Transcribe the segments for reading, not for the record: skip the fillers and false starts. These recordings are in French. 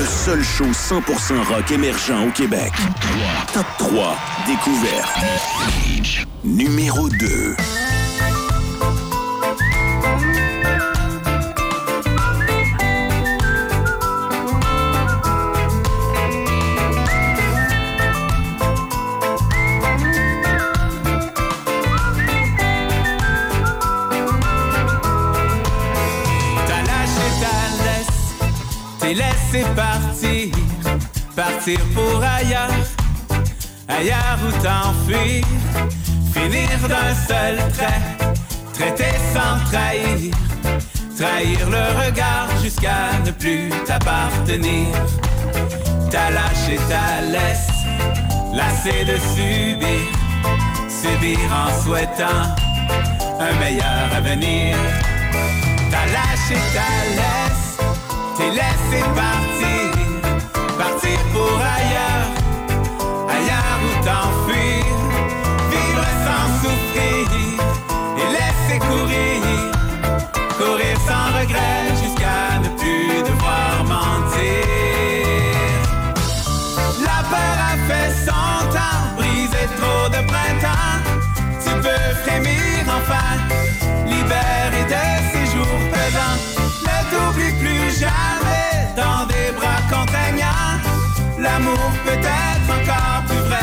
seul show 100% rock émergent au Québec. Top 3, découverte. Numéro 2. T'es laissé partir pour ailleurs où t'enfuir, finir d'un seul trait, traiter sans trahir le regard jusqu'à ne plus t'appartenir. T'as lâché ta laisse, lassé de subir en souhaitant un meilleur avenir. T'as lâché ta laisse, t'es laissé partir pour ailleurs où t'enfuir, vivre sans souffrir et laisser courir sans regret jusqu'à ne plus devoir mentir. La peur a fait son temps, brisé trop de printemps, tu peux frémir enfin, libéré de ces jours pesants. Ne t'oublie plus jamais dans des bras contraignants. L'amour peut être encore plus vrai.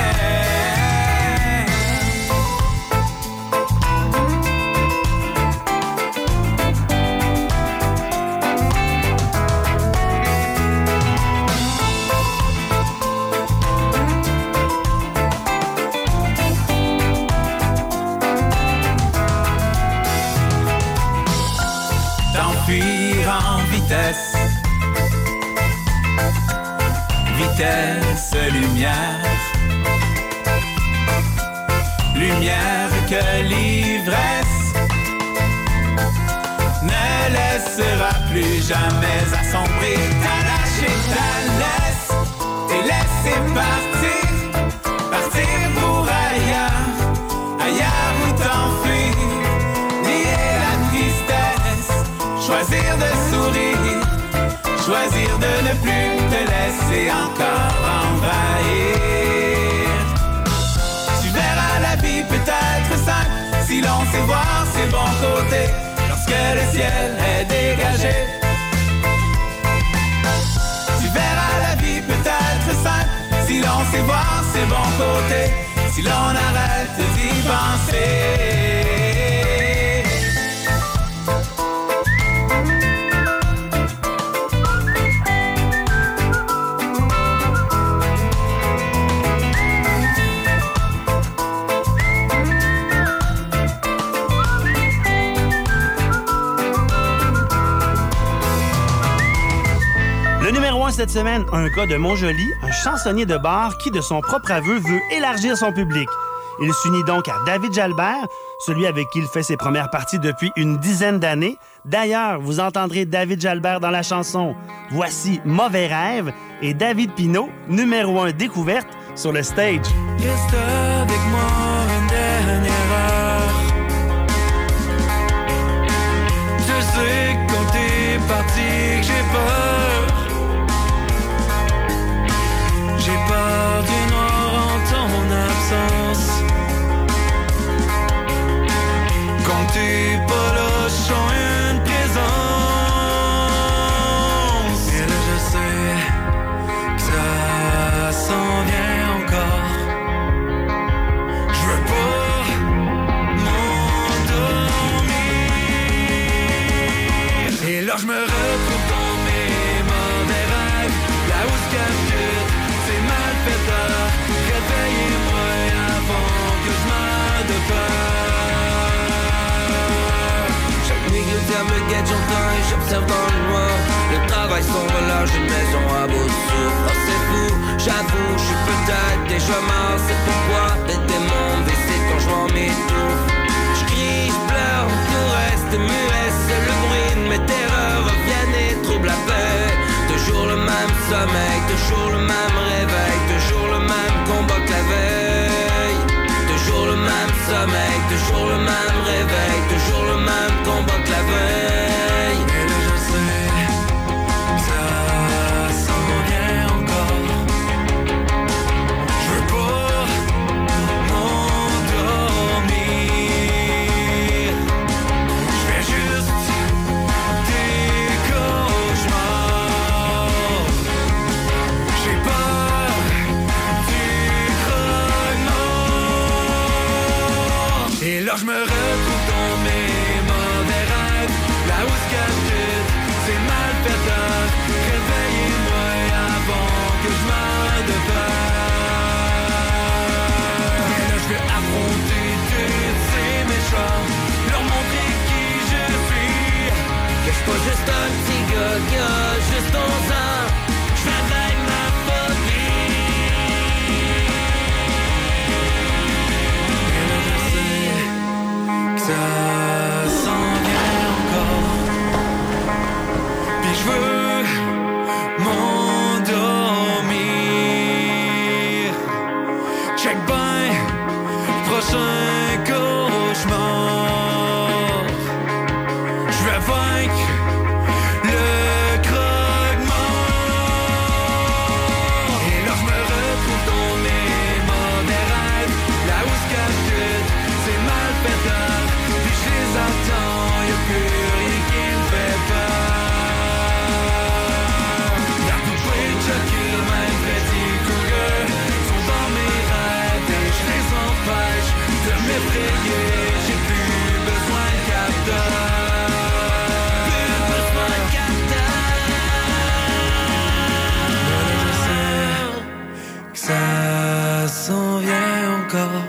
T'enfuir en vitesse lumière que l'ivresse ne laissera plus jamais assombrir. T'as lâché ta laisse, t'es laissé partir pour ailleurs où t'enfuir, nier la tristesse, choisir de sourire, choisir de ne plus te laisser encore envahir. Tu verras la vie peut-être simple si l'on sait voir ses bons côtés, lorsque le ciel est dégagé. Tu verras la vie peut-être simple si l'on sait voir ses bons côtés, si l'on arrête d'y penser. Le numéro 1 cette semaine, un gars de Montjoly, un chansonnier de bar qui, de son propre aveu, veut élargir son public. Il s'unit donc à David Jalbert, celui avec qui il fait ses premières parties depuis une dizaine d'années. D'ailleurs, vous entendrez David Jalbert dans la chanson « Voici Mauvais rêve » et David Pinault, numéro 1 découverte, sur le stage. Reste avec moi une dernière heure. Je sais que quand t'es parti que j'ai peur. J'ai peur du noir en ton absence. Quand t'es pas là, je sens une présence. Et là je sais que ça s'en vient encore. Je veux pas m'endormir. Et là je me retrouve dans mes mauvais rêves, là où se cache c'est malfaiteur. Réveillez-moi avant que je meure de peur. Chaque nuit que le diable me guette, j'entends et j'observe dans le noir. Le travail sans relâche, une maison à bout de souffle. Oh c'est fou, j'avoue, je suis peut-être déjà mort. C'est pourquoi les démons baissés quand je m'étouffe. Je crie, je pleure, tout reste muet. C'est le bruit de mes terreurs reviennent et troublent la paix. Toujours le même sommeil, toujours le même réveil, toujours le même combat que la veille. Toujours le même sommeil, toujours le même réveil, toujours le même combat que la veille. Et là je sais, ça s'en prochain cauchemar. Je vais vaincre le croque-mort. Et là je me retrouve dans mes mauvais rêves, là où se cache tout, c'est mal fait d'art. Puis je les attends, y'a plus rien qui me fait peur. La poupée de Chucky, même Freddy Krueger sont dans mes rêves et je les empêche de m'effrayer. J'ai plus besoin de capteur. Plus besoin de capteur. Je sais que ça s'en vient encore.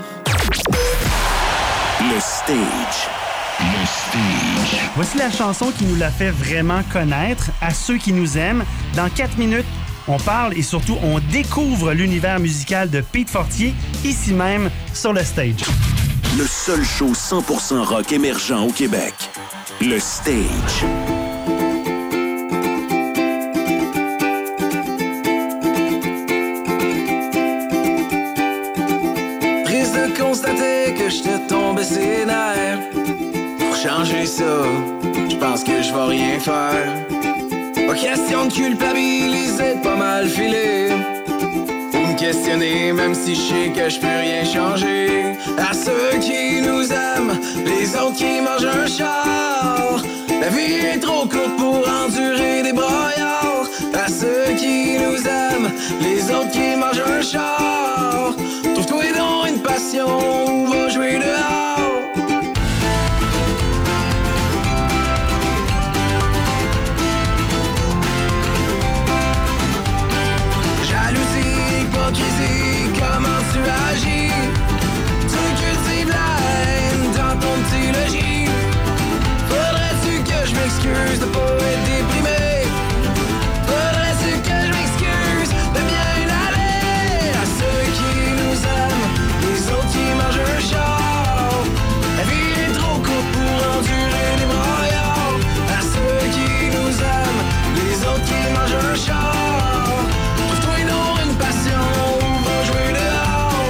Le stage. Le stage. Voici la chanson qui nous l'a fait vraiment connaître à ceux qui nous aiment. Dans 4 minutes, on parle et surtout on découvre l'univers musical de Pete Fortier ici même sur le stage. Le seul show 100% rock émergent au Québec. Le stage. Triste de constater que je te tombais ses nerfs. Pour changer ça, je pense que je vais rien faire. Pas question de culpabiliser, de pas mal filer. Ou me questionner, même si je sais que je peux rien changer. À ceux qui nous aiment, les autres qui mangent un char. La vie est trop courte pour endurer des broyards. À ceux qui nous aiment, les autres qui mangent un char. Trouve-toi donc une passion ou va jouer dehors. Jalousie, hypocrisie, comment tu agis? Tu cultives la haine dans ton petit logis. Faudrait-tu que je m'excuse de pas être déprimé? Faudrait-tu que je m'excuse de bien aller? À ceux qui nous aiment, les autres qui mangent un char. La vie est trop courte pour endurer des broyards. À ceux qui nous aiment, les autres qui mangent un char. Trouve-toi donc une passion ou va jouer dehors.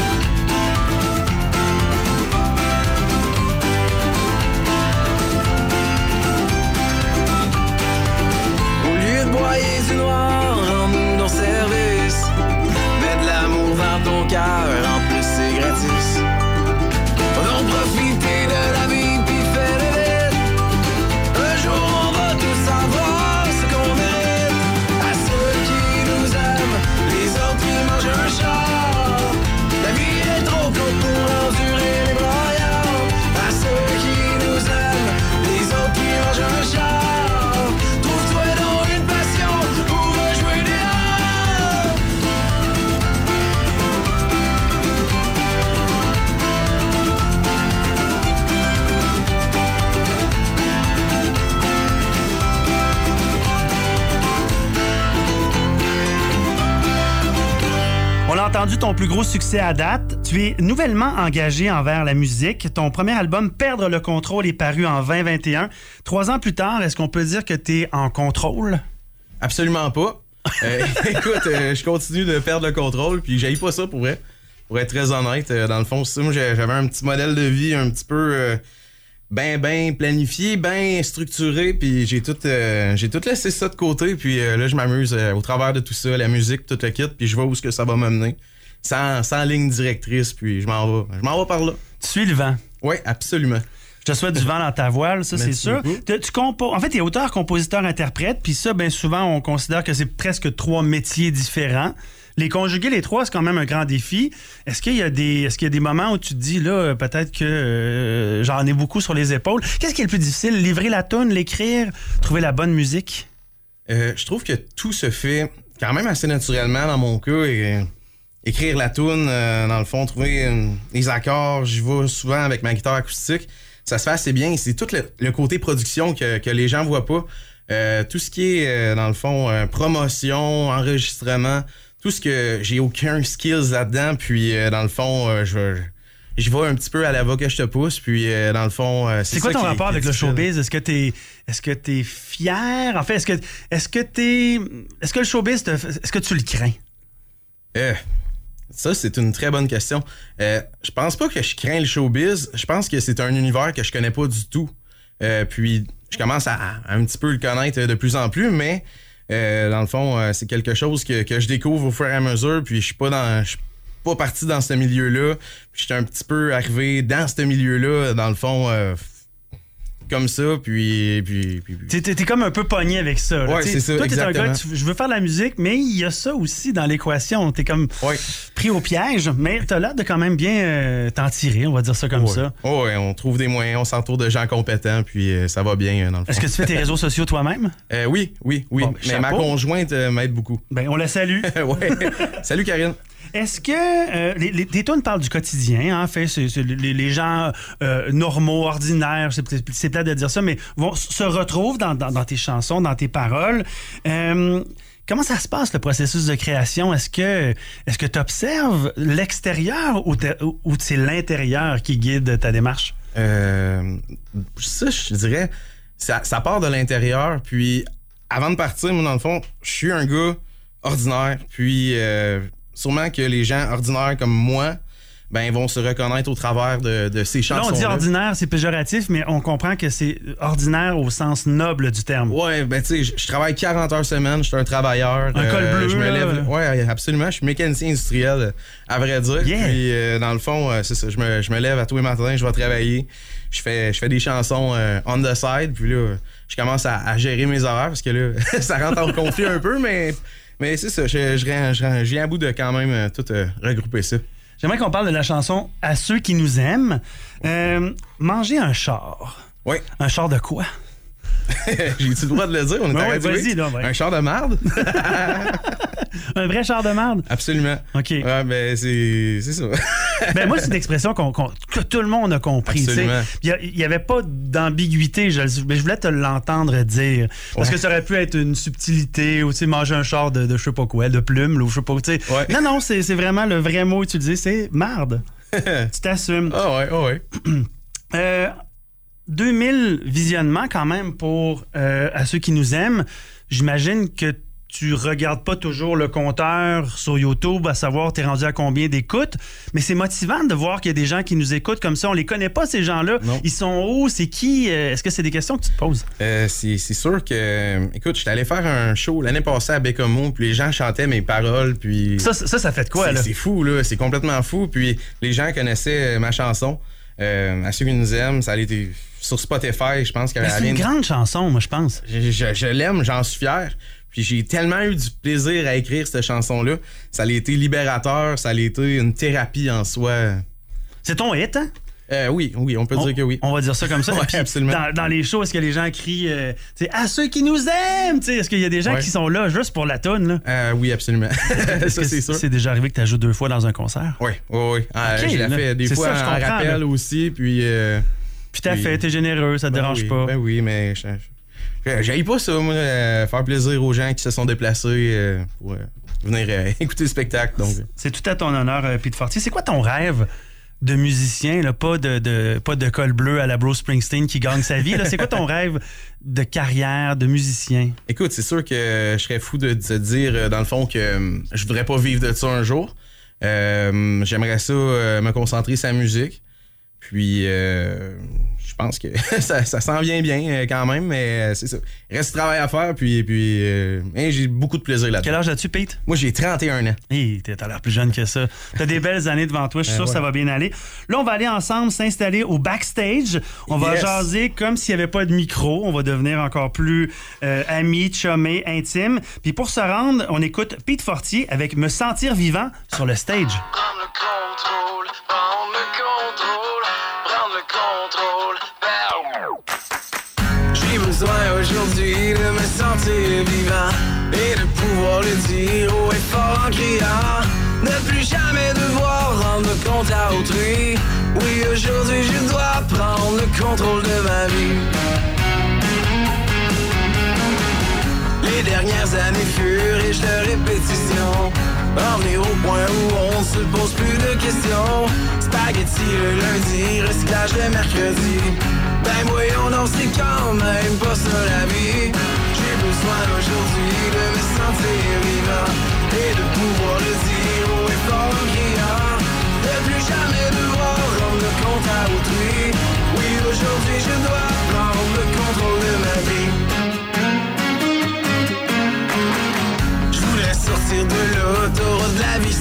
Au lieu de broyer du noir, rends-nous nos services. Mets de l'amour dans ton cœur, en plus c'est gratis. On profiter de la vie puis fais-le vite. Un jour on va tous savoir ce qu'on mérite. À ceux qui nous aiment, les autres qui mangent un char. La vie est trop courte pour endurer les broyards. À ceux qui nous aiment, les autres qui mangent un char. Trouve-toi donc une passion pour jouer dehors. On a entendu ton plus gros succès à date. Tu es nouvellement engagé envers la musique. Ton premier album, Perdre le contrôle, est paru en 2021. 3 ans plus tard, est-ce qu'on peut dire que tu es en contrôle? Absolument pas. Écoute, je continue de perdre le contrôle, puis j'haïs pas ça pour vrai. Pour être très honnête, dans le fond, c'est ça, moi j'avais un petit modèle de vie un petit peu ben planifié, ben structuré, puis j'ai tout laissé ça de côté, puis là je m'amuse au travers de tout ça, la musique, tout le kit, puis je vois où ce que ça va m'amener. Sans ligne directrice, puis je m'en vais par là. Tu suis le vent. Oui, absolument. Je te souhaite du vent dans ta voile, ça, c'est Merci sûr. beaucoup. En fait, tu es auteur, compositeur, interprète, puis ça, bien souvent, on considère que c'est presque 3 métiers différents. Les conjuguer les 3, c'est quand même un grand défi. Est-ce qu'il y a des moments où tu te dis, là, peut-être que j'en ai beaucoup sur les épaules? Qu'est-ce qui est le plus difficile? Livrer la toune, l'écrire, trouver la bonne musique? Je trouve que tout se fait quand même assez naturellement dans mon cas. Écrire la toune, dans le fond, trouver les accords. J'y vais souvent avec ma guitare acoustique. Ça se fait assez bien. C'est tout le côté production que les gens voient pas. Tout ce qui est, dans le fond, promotion, enregistrement, tout ce que j'ai aucun skills là-dedans. Puis, dans le fond, je vais un petit peu à la va que je te pousse. Puis, dans le fond, c'est quoi ton rapport avec le showbiz? Est-ce que t'es fier? En fait, est-ce que le showbiz, est-ce que tu le crains? Ça, c'est une très bonne question. Je pense pas que je crains le showbiz. Je pense que c'est un univers que je connais pas du tout. Puis, je commence à un petit peu le connaître de plus en plus, mais dans le fond, c'est quelque chose que je découvre au fur et à mesure. Puis, je suis pas parti dans ce milieu-là. Puis, j'étais un petit peu arrivé dans ce milieu-là, dans le fond... comme ça, puis... T'es comme un peu pogné avec ça. Ouais, c'est ça, toi, exactement. T'es un gars, je veux faire de la musique, mais il y a ça aussi dans l'équation. T'es comme pris au piège, mais t'as l'air de quand même bien t'en tirer, on va dire ça comme ça. Ouais, on trouve des moyens, on s'entoure de gens compétents, puis ça va bien, dans le fond. Est-ce que tu fais tes réseaux sociaux toi-même? Oui. Bon, mais ma conjointe m'aide beaucoup. Ben, on la salue. Ouais. Salut, Karine. Est-ce que les tunes parlent du quotidien, hein, fait, c'est les gens normaux, ordinaires, c'est plate de dire ça, mais se retrouvent dans tes chansons, dans tes paroles. Comment ça se passe, le processus de création? Est-ce que tu observes l'extérieur ou c'est l'intérieur qui guide ta démarche? Ça, je dirais, ça part de l'intérieur. Puis, avant de partir, moi, dans le fond, je suis un gars ordinaire. Puis... sûrement que les gens ordinaires comme moi, ben, vont se reconnaître au travers de ces chansons-là. Là, on dit ordinaire, c'est péjoratif, mais on comprend que c'est ordinaire au sens noble du terme. Ouais, ben, tu sais, je travaille 40 heures semaine, je suis un travailleur. Un col bleu. Je me lève. Ouais, absolument. Je suis mécanicien industriel, à vrai dire. Yeah. Puis, dans le fond, c'est ça. Je me lève à tous les matins, je vais travailler. Je fais des chansons on the side. Puis là, je commence à gérer mes horaires parce que là, ça rentre en conflit un peu, mais c'est ça, je viens à bout de quand même tout regrouper ça. J'aimerais qu'on parle de la chanson « À ceux qui nous aiment ». Manger un char. Oui. Un char de quoi? J'ai-tu le droit de le dire? On est ouais, vas-y, là, un char de marde? Un vrai char de marde? Absolument. OK. Ouais, ben, c'est ça. Ben, moi, c'est une expression que tout le monde a compris. Absolument. Il n'y avait pas d'ambiguïté, mais je voulais te l'entendre dire. Parce que ça aurait pu être une subtilité, ou manger un char de je sais pas quoi, de plume, ou je sais pas. Ouais. Non, c'est vraiment le vrai mot utilisé, c'est marde. Tu t'assumes. Ah ouais. 2000 visionnements quand même pour À ceux qui nous aiment. J'imagine que tu regardes pas toujours le compteur sur YouTube à savoir t'es rendu à combien d'écoutes, mais c'est motivant de voir qu'il y a des gens qui nous écoutent comme ça. On les connaît pas, ces gens-là. Non. Ils sont où? C'est qui? Est-ce que c'est des questions que tu te poses? C'est sûr que... Écoute, j'étais allé faire un show l'année passée à Bécomo, puis les gens chantaient mes paroles, puis... Ça fait de quoi, là? C'est fou, là. C'est complètement fou. Puis les gens connaissaient ma chanson. À ceux qui nous aiment, ça a été... Sur Spotify, je pense qu'elle c'est une grande chanson, moi, je pense. Je l'aime, j'en suis fier. Puis j'ai tellement eu du plaisir à écrire cette chanson-là. Ça a été libérateur, ça a été une thérapie en soi. C'est ton hit, hein? Oui, on peut dire que oui. On va dire ça comme ça. Ouais, puis, absolument. Dans les shows, est-ce que les gens crient à ceux qui nous aiment? Est-ce qu'il y a des gens qui sont là juste pour la toune? Oui, absolument. Ça, c'est sûr. C'est déjà arrivé que tu joué 2 fois dans un concert? Oui. Okay, je l'ai fait des fois en rappel là. Aussi. Puis t'as fait, t'es généreux, ça te dérange pas. Ben oui, mais j'aille pas ça, moi, faire plaisir aux gens qui se sont déplacés pour venir écouter le spectacle. Donc. C'est tout à ton honneur, Pete Fortier. C'est quoi ton rêve de musicien, là? Pas de col bleu à la Bruce Springsteen qui gagne sa vie. Là. C'est quoi ton rêve de carrière, de musicien? Écoute, c'est sûr que je serais fou de te dire, dans le fond, que je voudrais pas vivre de ça un jour. J'aimerais ça me concentrer sur la musique. Puis, je pense que ça s'en vient bien quand même, mais c'est ça. Il reste du travail à faire, puis j'ai beaucoup de plaisir là-dedans. Quel âge as-tu, Pete? Moi, j'ai 31 ans. Hey, t'as l'air plus jeune que ça. T'as des belles années devant toi, je suis sûr que ça va bien aller. Là, on va aller ensemble s'installer au backstage. On va jaser comme s'il n'y avait pas de micro. On va devenir encore plus amis, chumés, intimes. Puis pour se rendre, on écoute Pete Fortier avec Me sentir vivant sur le stage. Prendre le contrôle, prendre le contrôle, prendre le contrôle. J'ai besoin aujourd'hui de me sentir vivant et de pouvoir le dire haut et fort en criant. Ne plus jamais devoir rendre compte à autrui. Oui, aujourd'hui je dois prendre le contrôle de ma vie. Les dernières années furent riches de répétitions. En venir au point où on se pose plus de questions. Spaghetti le lundi, recyclage le mercredi. Ben voyons donc, c'est quand même pas ça la vie. J'ai besoin aujourd'hui de me sentir vivant et de pouvoir le dire haut et fort.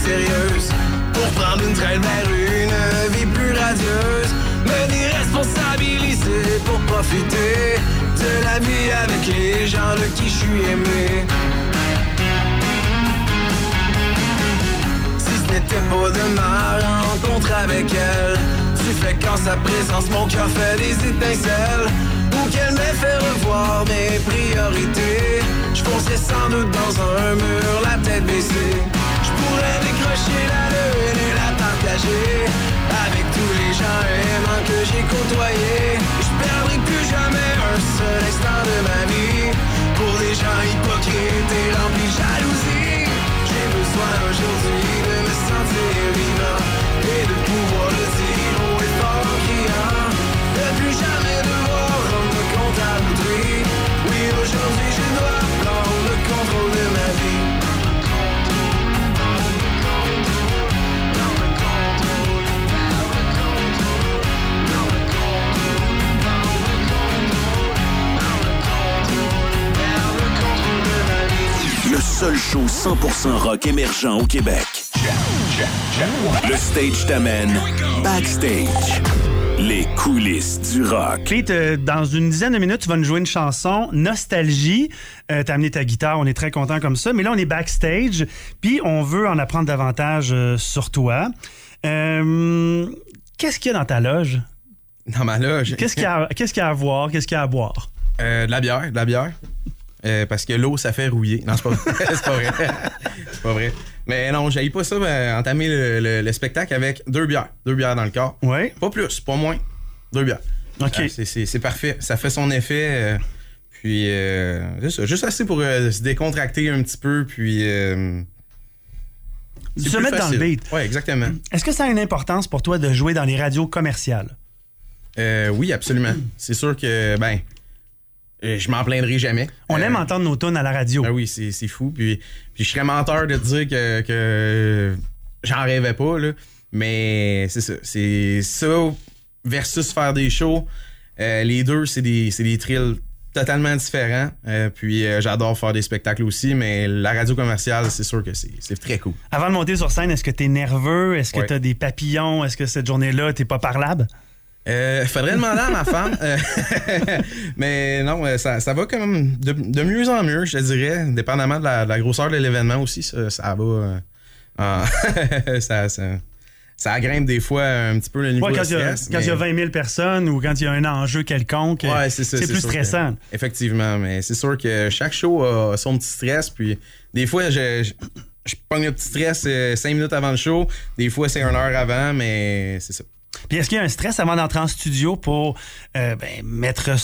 sérieuse pour prendre une traîne vers une vie plus radieuse. Me déresponsabiliser pour profiter de la vie avec les gens de qui je suis aimé. Si ce n'était pas de ma rencontre avec elle, tu fais qu'en sa présence mon cœur fait des étincelles. Ou qu'elle m'ait fait revoir mes priorités, je foncerais sans doute dans un mur, la tête baissée. Je pourrais décrocher la lune et la partager avec tous les gens aimants que j'ai côtoyés. Je perdrai plus jamais un seul instant de ma vie pour des gens hypocrites et remplis de jalousie. J'ai besoin aujourd'hui de me sentir vivant et de pouvoir le dire haut et fort en criant. Ne plus jamais devoir rendre compte à l'autrui. Oui, aujourd'hui je dois prendre le contrôle de ma vie. Le seul show 100% rock émergent au Québec. Le stage t'amène backstage. Les coulisses du rock. Pete, dans une dizaine de minutes, tu vas nous jouer une chanson, Nostalgie. T'as amené ta guitare, on est très content comme ça. Mais là, on est backstage, puis on veut en apprendre davantage sur toi. Qu'est-ce qu'il y a dans ta loge? Dans ma loge? Qu'est-ce qu'il y a à voir? Qu'est-ce qu'il y a à boire? De la bière. Parce que l'eau, ça fait rouiller. Non, c'est pas vrai. C'est pas vrai. Mais non, j'haïs pas ça, entamer le spectacle avec 2 bières. 2 bières dans le corps. Oui. Pas plus, pas moins. 2 bières. OK. C'est parfait. Ça fait son effet. Puis, c'est ça. Juste assez pour se décontracter un petit peu. Puis, se mettre dans le beat. Oui, exactement. Est-ce que ça a une importance pour toi de jouer dans les radios commerciales? Oui, absolument. C'est sûr que, je m'en plaindrai jamais. On aime entendre nos tunes à la radio. Oui, c'est fou. Puis je serais menteur de te dire que j'en rêvais pas, là. Mais c'est ça. C'est ça versus faire des shows. Les deux, c'est des thrills totalement différents. Puis j'adore faire des spectacles aussi, mais la radio commerciale, c'est sûr que c'est très cool. Avant de monter sur scène, est-ce que t'es nerveux? Est-ce que Ouais. t'as des papillons? Est-ce que cette journée-là, t'es pas parlable? Faudrait demander à ma femme. Mais non, ça va comme de mieux en mieux, je te dirais, dépendamment de la grosseur de l'événement aussi. Ça va. Ça grimpe des fois un petit peu le niveau de stress. Quand il y a 20 000 personnes ou quand il y a un enjeu quelconque, ouais, c'est plus sûr stressant. Effectivement, mais c'est sûr que chaque show a son petit stress. Puis des fois, je pogne le petit stress 5 minutes avant le show. Des fois, c'est 1 heure avant, mais c'est ça. Puis est-ce qu'il y a un stress avant d'entrer en studio pour mettre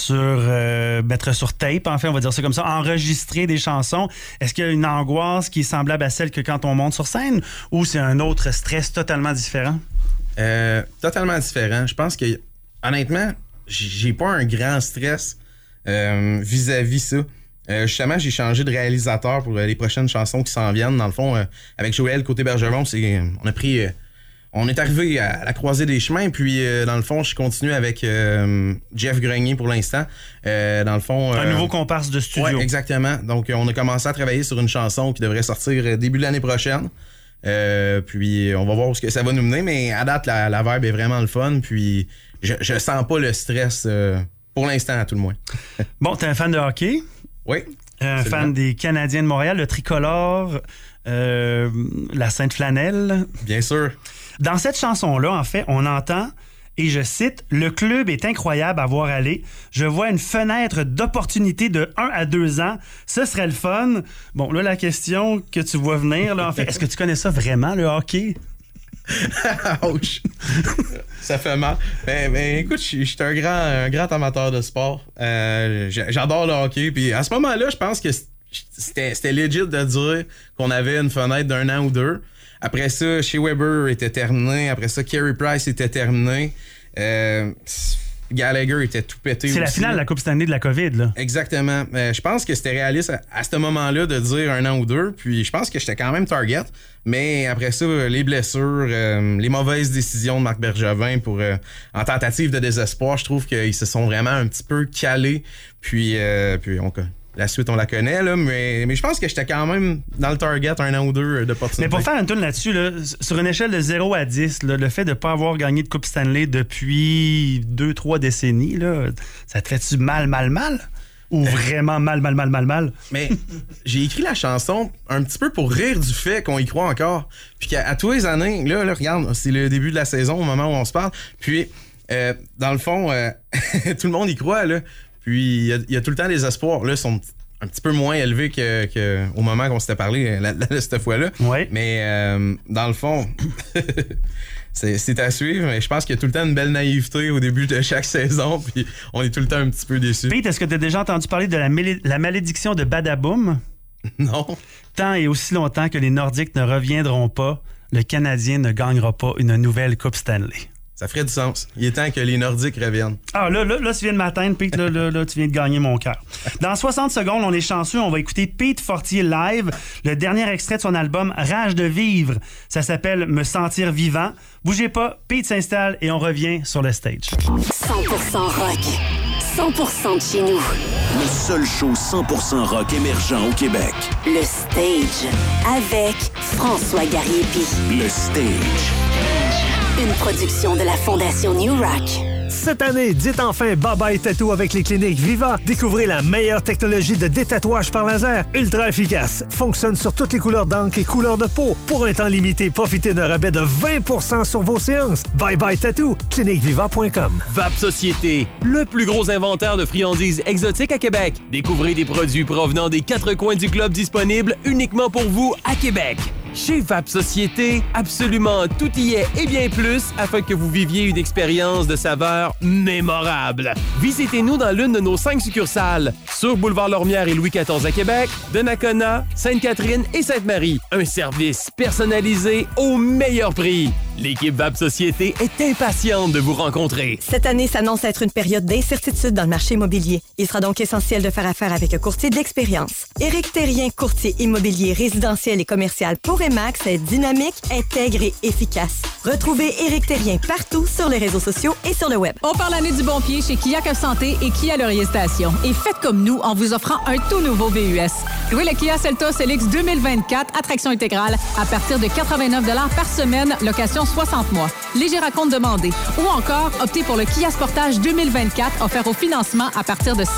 sur tape, en fait, on va dire ça comme ça, enregistrer des chansons? Est-ce qu'il y a une angoisse qui est semblable à celle que quand on monte sur scène ou c'est un autre stress totalement différent? Totalement différent. Je pense que, honnêtement, j'ai pas un grand stress vis-à-vis ça. Justement, j'ai changé de réalisateur pour les prochaines chansons qui s'en viennent. Dans le fond, avec Joël côté Bergeron, on est arrivé à la croisée des chemins, puis dans le fond, je continue avec Jeff Grenier pour l'instant. Dans le fond, un nouveau comparse de studio. Oui, exactement. Donc, on a commencé à travailler sur une chanson qui devrait sortir début de l'année prochaine. Puis, on va voir où ça va nous mener, mais à date, la vibe est vraiment le fun, puis je sens pas le stress pour l'instant, à tout le moins. Bon, t'es un fan de hockey? Oui. Un fan des Canadiens de Montréal, le tricolore, la Sainte-Flanelle. Bien sûr. Dans cette chanson-là, en fait, on entend, et je cite, « Le club est incroyable à voir aller. Je vois une fenêtre d'opportunité de 1 à 2 ans. Ce serait le fun. » Bon, là, la question que tu vois venir, là, en fait, est-ce que tu connais ça vraiment, le hockey? Ouch. Ça fait mal. Ben, écoute, je suis un grand amateur de sport. J'adore le hockey. Puis à ce moment-là, je pense que c'était legit de dire qu'on avait une fenêtre d'1 an ou 2. Après ça, Shea Weber était terminé. Après ça, Carey Price était terminé. Gallagher était tout pété aussi. C'est la finale de la Coupe Stanley de la COVID, là. Exactement. Je pense que c'était réaliste à ce moment-là de dire 1 an ou 2. Puis je pense que j'étais quand même target. Mais après ça, les blessures, les mauvaises décisions de Marc Bergevin en tentative de désespoir, je trouve qu'ils se sont vraiment un petit peu calés. Puis la suite, on la connaît, là, mais je pense que j'étais quand même dans le target 1 an ou 2 d'opportunité. Mais pour faire une tourne là-dessus, là, sur une échelle de 0 à 10, là, le fait de ne pas avoir gagné de Coupe Stanley depuis 2-3 décennies, là, ça te fait-tu mal? Ou vraiment mal? Mais j'ai écrit la chanson un petit peu pour rire du fait qu'on y croit encore. Puis qu'à tous les années, là, regarde, c'est le début de la saison au moment où on se parle. Puis, dans le fond, tout le monde y croit, là. Puis, il y a tout le temps des espoirs. Là, ils sont un petit peu moins élevés qu'au moment qu'on s'était parlé cette fois-là. Ouais. Mais, dans le fond... C'est à suivre, mais je pense qu'il y a tout le temps une belle naïveté au début de chaque saison, puis on est tout le temps un petit peu déçus. Pete, est-ce que tu as déjà entendu parler de la malédiction de Badaboum? Non. Tant et aussi longtemps que les Nordiques ne reviendront pas, le Canadien ne gagnera pas une nouvelle Coupe Stanley. Ça ferait du sens. Il est temps que les Nordiques reviennent. Ah, là, tu viens de m'atteindre, Pete. Là, tu viens de gagner mon cœur. Dans 60 secondes, on est chanceux. On va écouter Pete Fortier live, le dernier extrait de son album Rage de vivre. Ça s'appelle Me sentir vivant. Bougez pas, Pete s'installe et on revient sur le stage. 100% rock. 100% de chez nous. Le seul show 100% rock émergent au Québec. Le Stage. Avec François Gariepi. Le Stage. Une production de la Fondation New Rock. Cette année, dites enfin bye-bye tattoo avec les cliniques Viva. Découvrez la meilleure technologie de détatouage par laser, ultra efficace. Fonctionne sur toutes les couleurs d'encre et couleurs de peau. Pour un temps limité, profitez d'un rabais de 20% sur vos séances. Bye-bye tattoo, cliniqueviva.com. Vape Société, le plus gros inventaire de friandises exotiques à Québec. Découvrez des produits provenant des 4 coins du globe disponibles uniquement pour vous à Québec. Chez Vape Société, absolument tout y est et bien plus afin que vous viviez une expérience de saveur mémorable. Visitez-nous dans l'une de nos 5 succursales, sur Boulevard Lormière et Louis XIV à Québec, Donnacona, Sainte-Catherine et Sainte-Marie. Un service personnalisé au meilleur prix. L'équipe Vape Société est impatiente de vous rencontrer. Cette année s'annonce être une période d'incertitude dans le marché immobilier. Il sera donc essentiel de faire affaire avec un courtier d'expérience. Éric Terrien, courtier immobilier résidentiel et commercial pour Remax, est dynamique, intègre et efficace. Retrouvez Éric Terrien partout sur les réseaux sociaux et sur le web. On part l'année du bon pied chez Kia Cap Santé et Kia Laurier Station. Et faites comme nous en vous offrant un tout nouveau VUS. Louez le Kia Seltos LX 2024, attraction intégrale, à partir de 89 $ par semaine, location 60 mois. Léger raconte demandé. Ou encore, optez pour le Kia Sportage 2024, offert au financement à partir de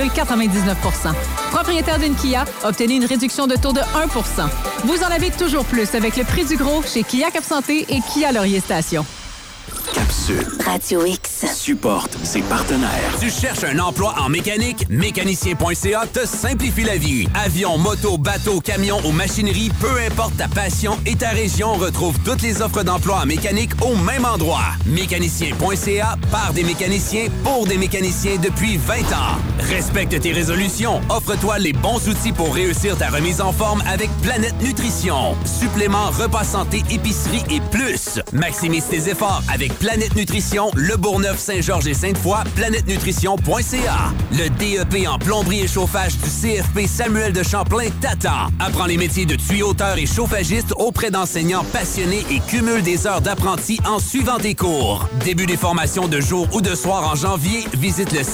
5,99 %. Propriétaire d'une Kia, obtenez une réduction de taux de 1 %. Vous en avez toujours plus avec le prix du gros chez Kia Cap Santé et Kia Laurier Station. Capsule. Radio X. Supporte ses partenaires. Tu cherches un emploi en mécanique? Mécanicien.ca te simplifie la vie. Avion, moto, bateau, camion ou machinerie, peu importe ta passion et ta région, retrouve toutes les offres d'emploi en mécanique au même endroit. Mécanicien.ca part des mécaniciens pour des mécaniciens depuis 20 ans. Respecte tes résolutions. Offre-toi les bons outils pour réussir ta remise en forme avec Planète Nutrition. Suppléments, repas santé, épicerie et plus. Maximise tes efforts avec Planète Nutrition, Le Bourgneuf, Saint-Georges et Sainte-Foy, planètenutrition.ca. Le DEP en plomberie et chauffage du CFP Samuel de Champlain t'attend. Apprends les métiers de tuyauteur et chauffagiste auprès d'enseignants passionnés et cumule des heures d'apprenti en suivant des cours. Début des formations de jour ou de soir en janvier, visite le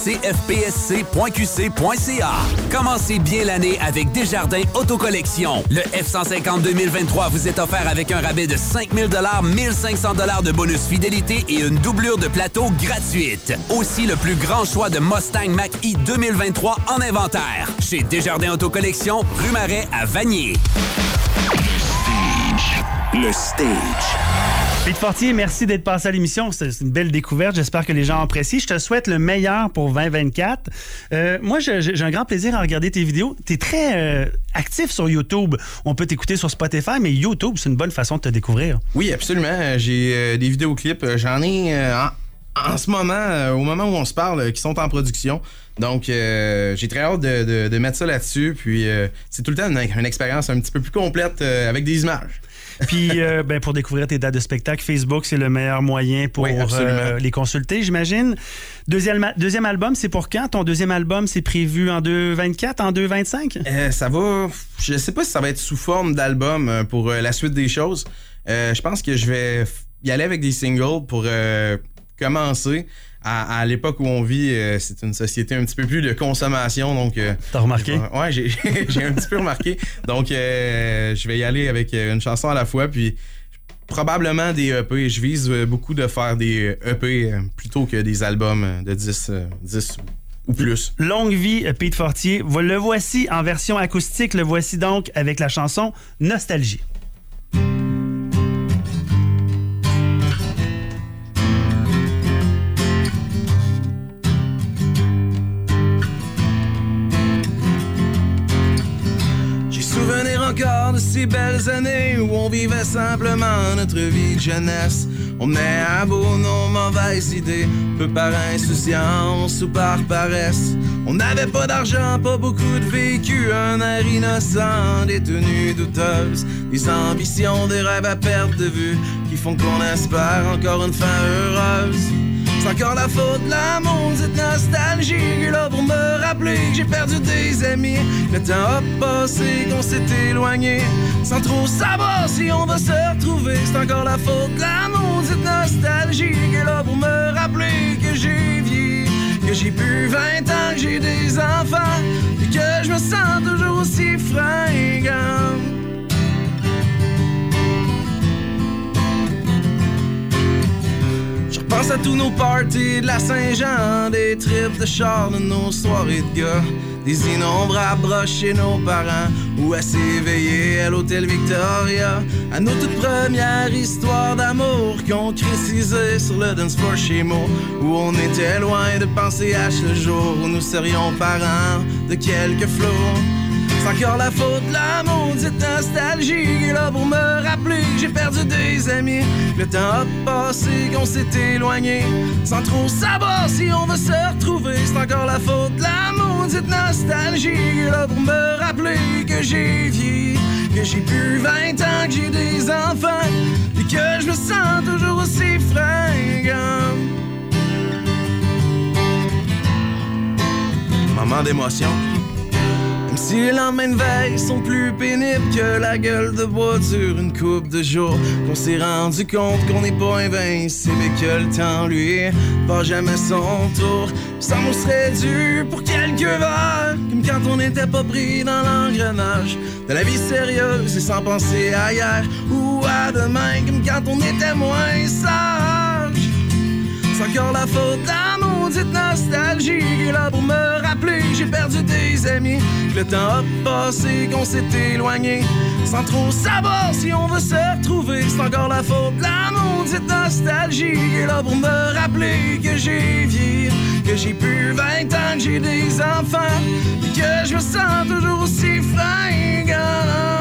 cfpsc.qc.ca. Commencez bien l'année avec Desjardins Autocollection. Le F-150 2023 vous est offert avec un rabais de 5 000 $, 1 500 $ de bonus fidélité et une doublure de plateau gratuite. Aussi le plus grand choix de Mustang Mach-E 2023 en inventaire. Chez Desjardins Autocollection, rue Marais à Vanier. Le Stage. Pete Fortier, merci d'être passé à l'émission. C'est une belle découverte. J'espère que les gens apprécient. Je te souhaite le meilleur pour 2024. Moi, j'ai un grand plaisir à regarder tes vidéos. Tu es très actif sur YouTube. On peut t'écouter sur Spotify, mais YouTube, c'est une bonne façon de te découvrir. Oui, absolument. J'ai des vidéoclips. J'en ai en ce moment, au moment où on se parle, qui sont en production. Donc, j'ai très hâte de mettre ça là-dessus. Puis, c'est tout le temps une expérience un petit peu plus complète avec des images. Puis, pour découvrir tes dates de spectacle, Facebook, c'est le meilleur moyen pour les consulter, j'imagine. Deuxième album, c'est pour quand? Ton deuxième album, c'est prévu en 2024, en 2025? Ça va... Je sais pas si ça va être sous forme d'album pour la suite des choses. Je pense que je vais y aller avec des singles pour commencer. à l'époque où on vit, c'est une société un petit peu plus de consommation. Donc, t'as remarqué? Ouais, j'ai un petit peu remarqué. Donc, je vais y aller avec une chanson à la fois. Puis, probablement des EP. Je vise beaucoup de faire des EP plutôt que des albums de 10 ou plus. Longue vie, Pete Fortier. Le voici en version acoustique. Le voici donc avec la chanson Nostalgie. Encore de ces belles années où on vivait simplement notre vie de jeunesse. On menait à bout nos mauvaises idées, peu par insouciance ou par paresse. On n'avait pas d'argent, pas beaucoup de vécu, un air innocent, des tenues douteuses, des ambitions, des rêves à perte de vue qui font qu'on espère encore une fin heureuse. C'est encore la faute de la maudite nostalgie, là pour me rappeler que j'ai perdu des amis. Le temps a passé, qu'on s'est éloigné, sans trop savoir si on va se retrouver. C'est encore la faute de la maudite nostalgie, là pour me rappeler que j'ai vieilli, que j'ai plus 20 ans, que j'ai des enfants, et que je me sens toujours aussi fringant. Pense à tous nos parties de la Saint-Jean, des trips de char de nos soirées de gars, des innombrables broches chez nos parents, ou à s'éveiller à l'hôtel Victoria, à nos toutes premières histoires d'amour qu'on crécisait sur le dance floor chez Mo, où on était loin de penser à ce jour où nous serions parents de quelques flots. C'est encore la faute de la maudite nostalgie, là pour me rappeler que j'ai perdu des amis. Le temps a passé, qu'on s'est éloigné, sans trop savoir si on va se retrouver. C'est encore la faute de la maudite nostalgie, là pour me rappeler que j'ai vieilli, que j'ai plus 20 ans, que j'ai des enfants, et que je me sens toujours aussi fringant. Moment d'émotion. Si les lendemains de veille sont plus pénibles que la gueule de bois dure une couple de jours, qu'on s'est rendu compte qu'on n'est pas invincible et que le temps, lui, pas jamais son tour. Ça nous serait dû pour quelques verres, comme quand on n'était pas pris dans l'engrenage de la vie sérieuse et sans penser à hier ou à demain, comme quand on était moins sage. C'est encore la faute de la maudite nostalgie qui est là pour me rappeler que j'ai perdu des amis, que le temps a passé, qu'on s'est éloigné, sans trop savoir si on va se retrouver. C'est encore la faute de la maudite nostalgie qui est là pour me rappeler que j'ai vieilli, que j'ai plus 20 ans, que j'ai des enfants, et que je me sens toujours aussi fringant.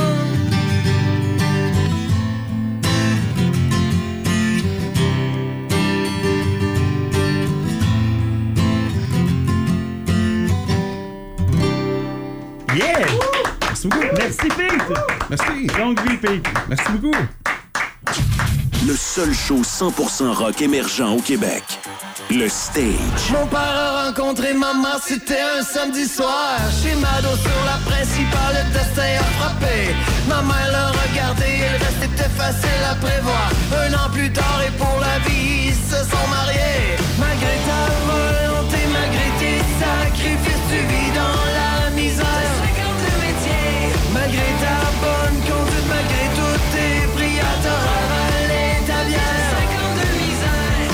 Yeah! Merci beaucoup. Merci, Pete. Merci. Longue vie, Pete. Merci beaucoup. Le seul show 100% rock émergent au Québec. Le Stage. Mon père a rencontré maman, c'était un samedi soir. Chez Mado sur la principale, le destin a frappé. Ma mère l'a regardé et le reste était facile à prévoir. Un an plus tard et pour la vie, ils se sont mariés. Malgré ta volonté, malgré tes sacrifices, tu vis dans la misère. Malgré ta bonne conduite, malgré toutes tes prières, t'as ravalé ta bière. 5 ans de misère.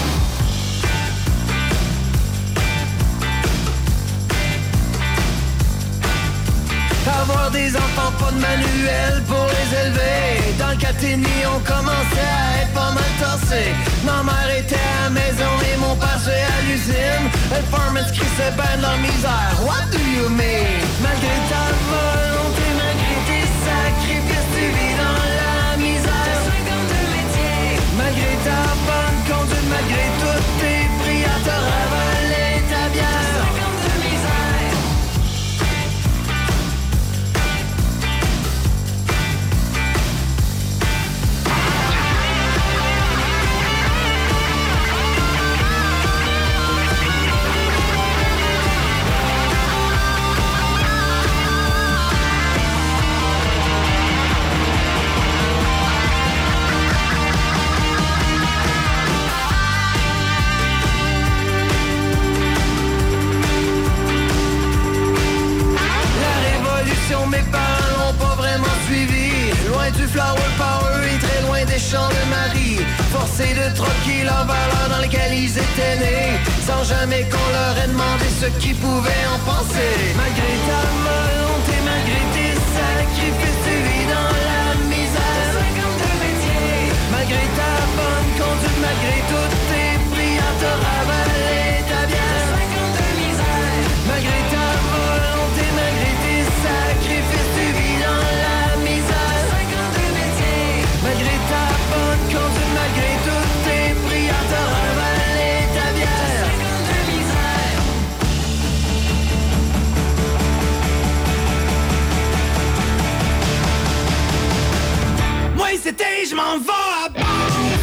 Avoir des enfants, pas de manuel pour les élever. Dans le Caténie, on commençait à être pas mal torsé. Ma mère était à la maison et mon père c'est à l'usine. Les farmers crissaient ben de leur misère. What do you mean? Malgré ta volonté, malgré tes sacrifices, tu vis dans la misère. 5 ans de métier. Malgré ta bonne conduite, malgré toutes tes prières, t'as ravalé ta bière. 5 ans de misère. flower power est très loin des champs de Marie. Forcés de troquer leurs valeurs dans lesquelles ils étaient nés, sans jamais qu'on leur ait demandé ce qu'ils pouvaient en penser. Malgré ta volonté, malgré tes sacrifices, tu vis dans la misère. 52 métiers. Malgré ta bonne conduite, malgré toutes tes prières, t'as ravalé ta bière. 52 misères. Malgré ta volonté, malgré tes sacrifices, tu vis dans la misère. 52 métiers. Malgré ta bonne conduite, malgré toutes tes prières, t'as ravalé ta bière. 52 misères. Moi c'était, je m'en vais à Banff.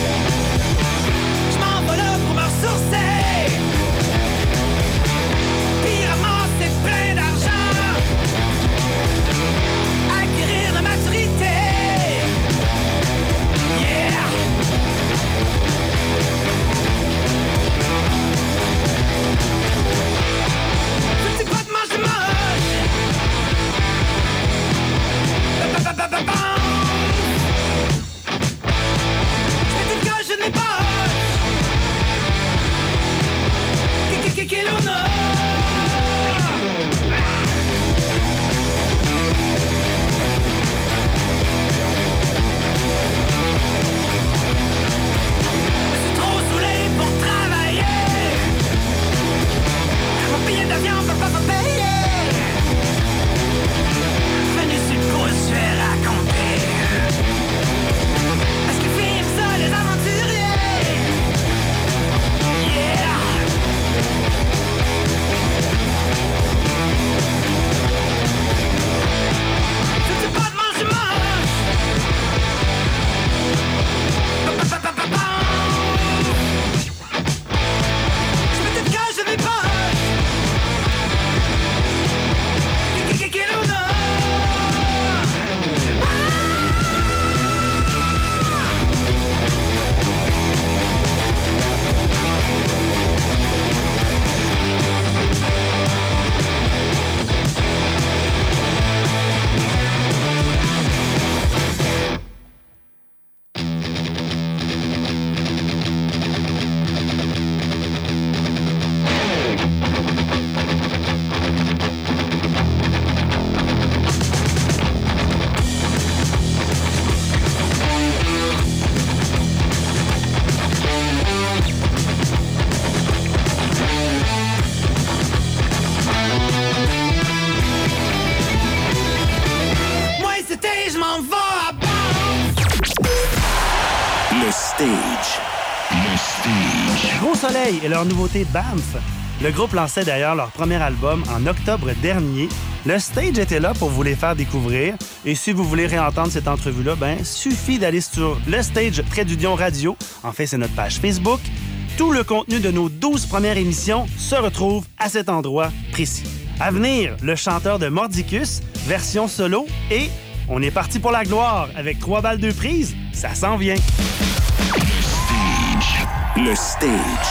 Je m'en vais là pour me ressourcer, puis ramasser plein d'argent, acquérir la maturité. Yeah! Petit pas de manche de moche. Je n'ai pas quel honneur. Je suis trop saoulé pour travailler. Mon billet d'avion peut pas me payer. Venu sur le coup, je vais raconter. Est-ce que filment ça les aventuriers? Yeah! C'est pas de manche moche. Je me dis que je n'ai pas quel honneur. Moi c'était, je m'en vais à Banff. Le Stage. Le Stage. Gros Soleil et leur nouveauté Banff. Le groupe lançait d'ailleurs leur premier album en octobre dernier. Le Stage était là pour vous les faire découvrir. Et si vous voulez réentendre cette entrevue-là, suffit d'aller sur Le Stage Trait d'Union Radio. En fait, c'est notre page Facebook. Tout le contenu de nos 12 premières émissions se retrouve à cet endroit précis. À venir, le chanteur de Mordicus, version solo, et on est parti pour la gloire avec 3 balles 2 prises. Ça s'en vient. Le Stage.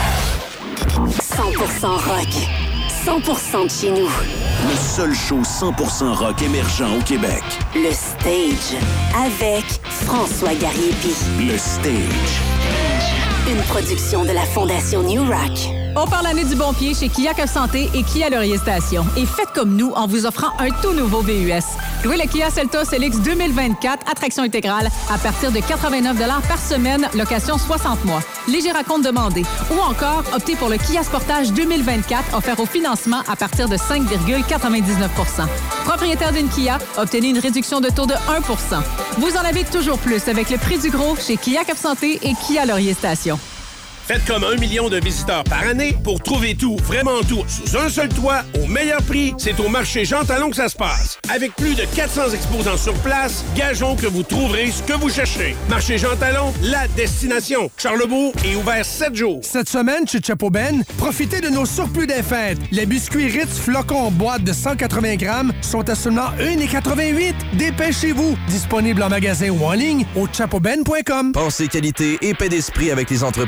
100% rock. 100% de chez nous. Le seul show 100% rock émergent au Québec. Le Stage. Avec François Gariepi. Le Stage. Une production de la Fondation New Rock. On part l'année du bon pied chez Kia Cœur Santé et Kia Laurier Station. Et faites comme nous en vous offrant un tout nouveau VUS. Louez le Kia Seltos LX 2024, attraction intégrale, à partir de 89 $ par semaine, location 60 mois. Léger raconte demandé. Ou encore, optez pour le Kia Sportage 2024, offert au financement à partir de 5,99 %. Propriétaire d'une Kia, obtenez une réduction de taux de 1 %. Vous en avez toujours plus avec le prix du gros chez Kia Cœur Santé et Kia Laurier Station. Faites comme 1 million de visiteurs par année pour trouver tout, vraiment tout, sous un seul toit, au meilleur prix. C'est au marché Jean Talon que ça se passe. Avec plus de 400 exposants sur place, gageons que vous trouverez ce que vous cherchez. Marché Jean Talon, la destination. Charlebourg est ouvert 7 jours. Cette semaine, chez Chapeau-Ben, profitez de nos surplus des fêtes. Les biscuits Ritz flocons en boîte de 180 grammes sont à seulement 1,88 $. Dépêchez-vous. Disponible en magasin ou en ligne au chapeauben.com. Pensez qualité et paix d'esprit avec les entreprises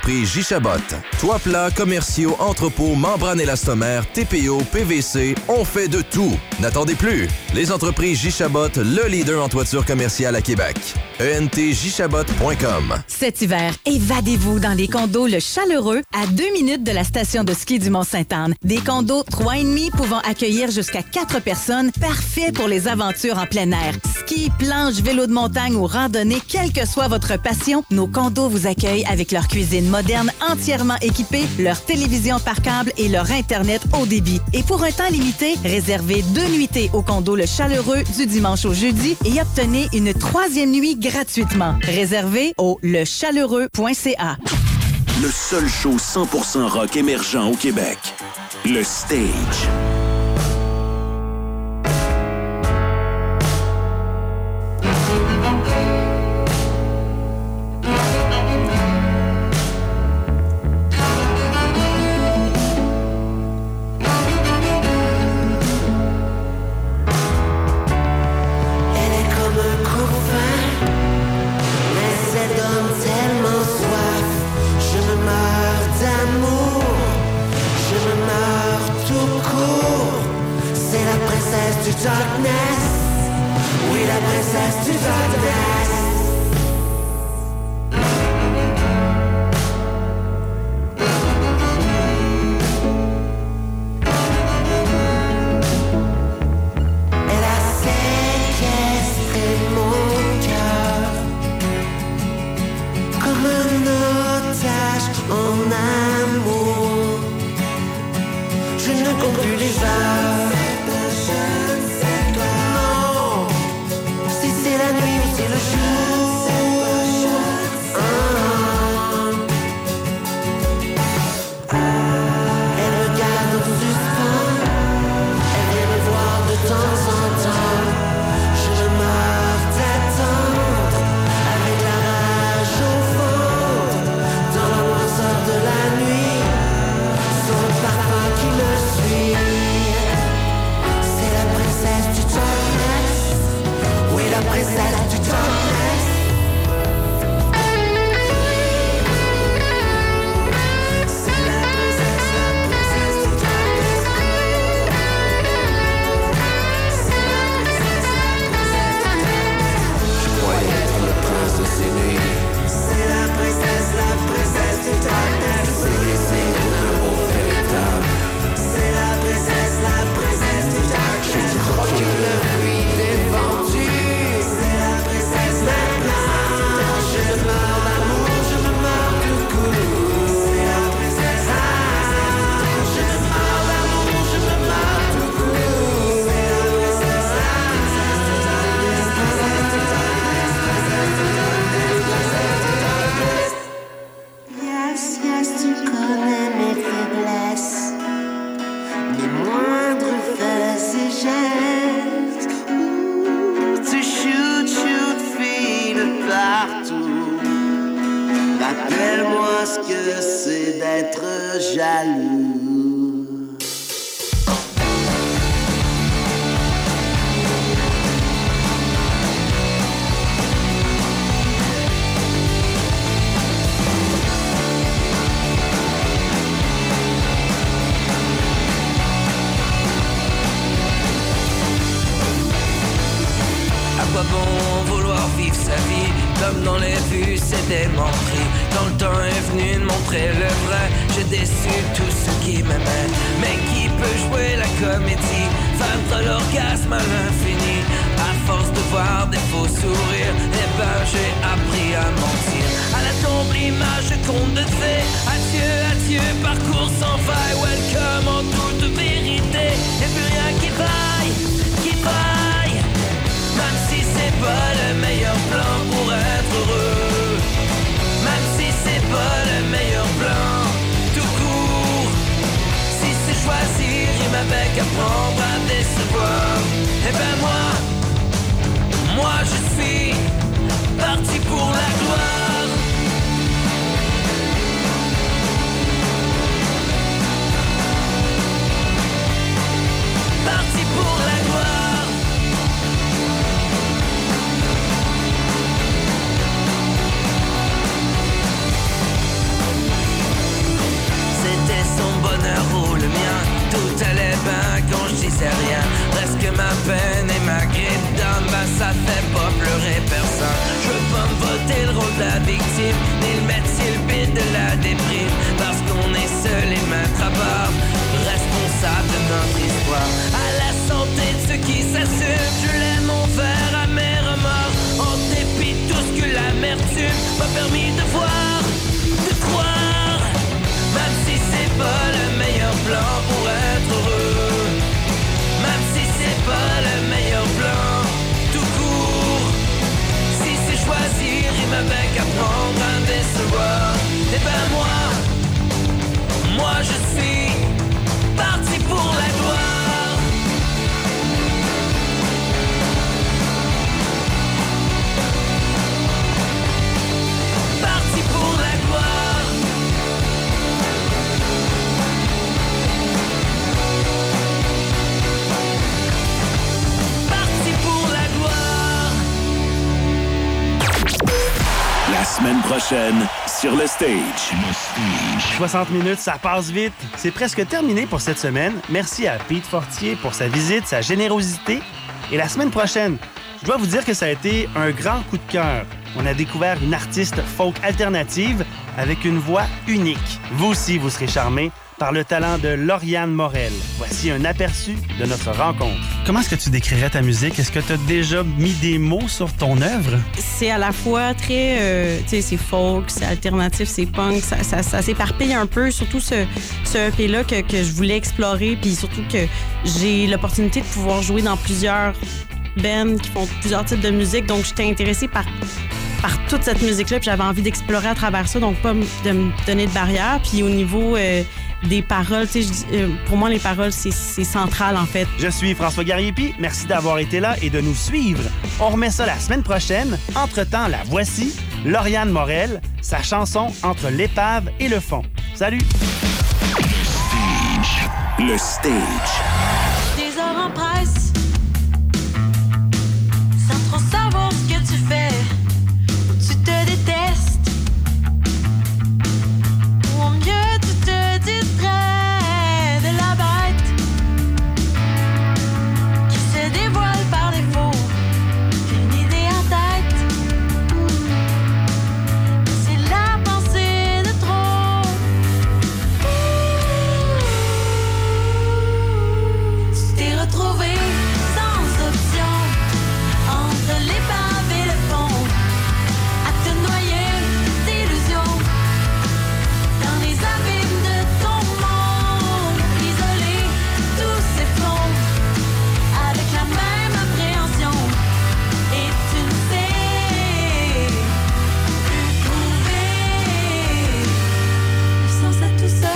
J-Chabot. Toits plats, commerciaux, entrepôts, membranes élastomères, TPO, PVC, on fait de tout. N'attendez plus. Les entreprises J-Chabot, le leader en toiture commerciale à Québec. ENTJchabot.com. Cet hiver, évadez-vous dans les condos Le Chaleureux à 2 minutes de la station de ski du Mont-Sainte-Anne. Des condos 3,5 pouvant accueillir jusqu'à 4 personnes, parfaits pour les aventures en plein air. Ski, planche, vélo de montagne ou randonnée, quelle que soit votre passion, nos condos vous accueillent avec leur cuisine moderne entièrement équipée, leur télévision par câble et leur Internet haut débit. Et pour un temps limité, réservez 2 nuitées au condo Le Chaleureux du dimanche au jeudi et obtenez une 3e nuit gratuitement. Réservez au lechaleureux.ca. Le seul show 100% rock émergent au Québec. Le Stage. Darkness, oui la princesse du darkness. Elle a séquestré mon cœur comme un otage en amour. Je ne compte plus les heures. Rappelle-moi ce que c'est d'être jaloux. À quoi bon vouloir vivre sa vie comme dans les vues, c'était menti. Quand le temps est venu de montrer le vrai, j'ai déçu tous ceux qui m'aimaient. Mais qui peut jouer la comédie, vaincre l'orgasme à l'infini? À force de voir des faux sourires, eh ben j'ai appris à mentir. À la tombe l'image de conte de fées. Adieu, adieu, parcours sans faille. Welcome en toute vérité. Et plus rien qui vaille, qui vaille. Même si c'est pas le meilleur plan pour être heureux, même si c'est pas le meilleur plan tout court, si c'est choisir, il m'avait qu'apprendre à décevoir. Et ben moi je suis parti pour la gloire. Parti pour la gloire. pas pleurer personne. Je veux pas me voter le rôle de la victime, ni le mettre sur le bide de la déprime. Parce qu'on est seul et mettre à part, responsable de notre histoire. À la santé de ceux qui s'assument, je lève mon verre à mes remords. En dépit de tout ce que l'amertume m'a permis de voir, de croire. Même si c'est pas le meilleur plan pour être heureux, même si c'est pas le meilleur plan tout court, si c'est choisir, il m'avait qu'à prendre un déceveur. Et ben moi je suis parti pour la gloire. Parti pour la gloire. Parti pour la gloire. La semaine prochaine, sur le stage. 60 minutes, ça passe vite. C'est presque terminé pour cette semaine. Merci à Pete Fortier pour sa visite, sa générosité. Et la semaine prochaine, je dois vous dire que ça a été un grand coup de cœur. On a découvert une artiste folk alternative avec une voix unique. Vous aussi, vous serez charmés par le talent de Lauriane Morel. Voici un aperçu de notre rencontre. Comment est-ce que tu décrirais ta musique? Est-ce que tu as déjà mis des mots sur ton œuvre? C'est à la fois très... tu sais, c'est folk, c'est alternatif, c'est punk. Ça s'éparpille un peu, surtout ce EP-là que je voulais explorer. Puis surtout que j'ai l'opportunité de pouvoir jouer dans plusieurs bands qui font plusieurs types de musique. Donc, j'étais intéressée par toute cette musique-là. Puis j'avais envie d'explorer à travers ça, donc pas de me donner de barrière. Puis au niveau... des paroles, tu sais, pour moi, les paroles, c'est central, en fait. Je suis François Gariepi. Merci d'avoir été là et de nous suivre. On remet ça la semaine prochaine. Entre-temps, la voici, Lauriane Morel, sa chanson Entre l'épave et le fond. Salut! Le stage. Des heures en presse, sans trop savoir ce que tu fais, où tu te détestes, ou au mieux tu te distrais de la bête qui se dévoile par défaut, qu'une idée en tête. C'est la pensée de trop. Tu t'es retrouvé sans option entre l'épave et le fond, à te noyer d'illusions dans les abîmes de ton monde. Isolé, tout s'effondre avec la même appréhension, et tu ne sais plus trouver le sens à tout ça.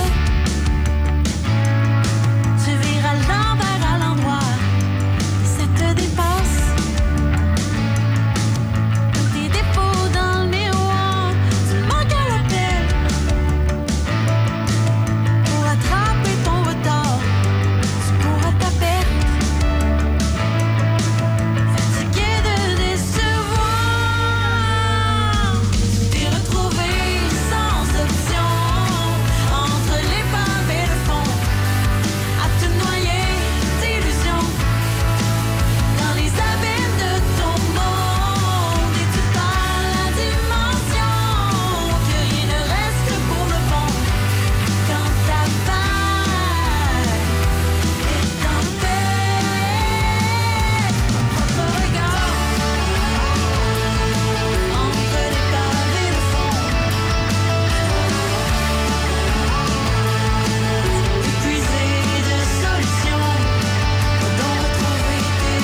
Tu vires à l'envers à l'endroit, ça te dépasse. Tes défauts dans le miroir, tu manques à l'appel pour attraper ton retard. Tu cours à ta perte, fatigué de décevoir. Tu t'es retrouvé sans option entre l'épave et le fond, à te noyer d'illusions dans les abîmes de ton monde. Et tu perds la dimension, que rien ne reste pour le bon quand ta vague est en paix. Ton regard entre l'épave et le fond, épuisé de solutions dont retrouver tes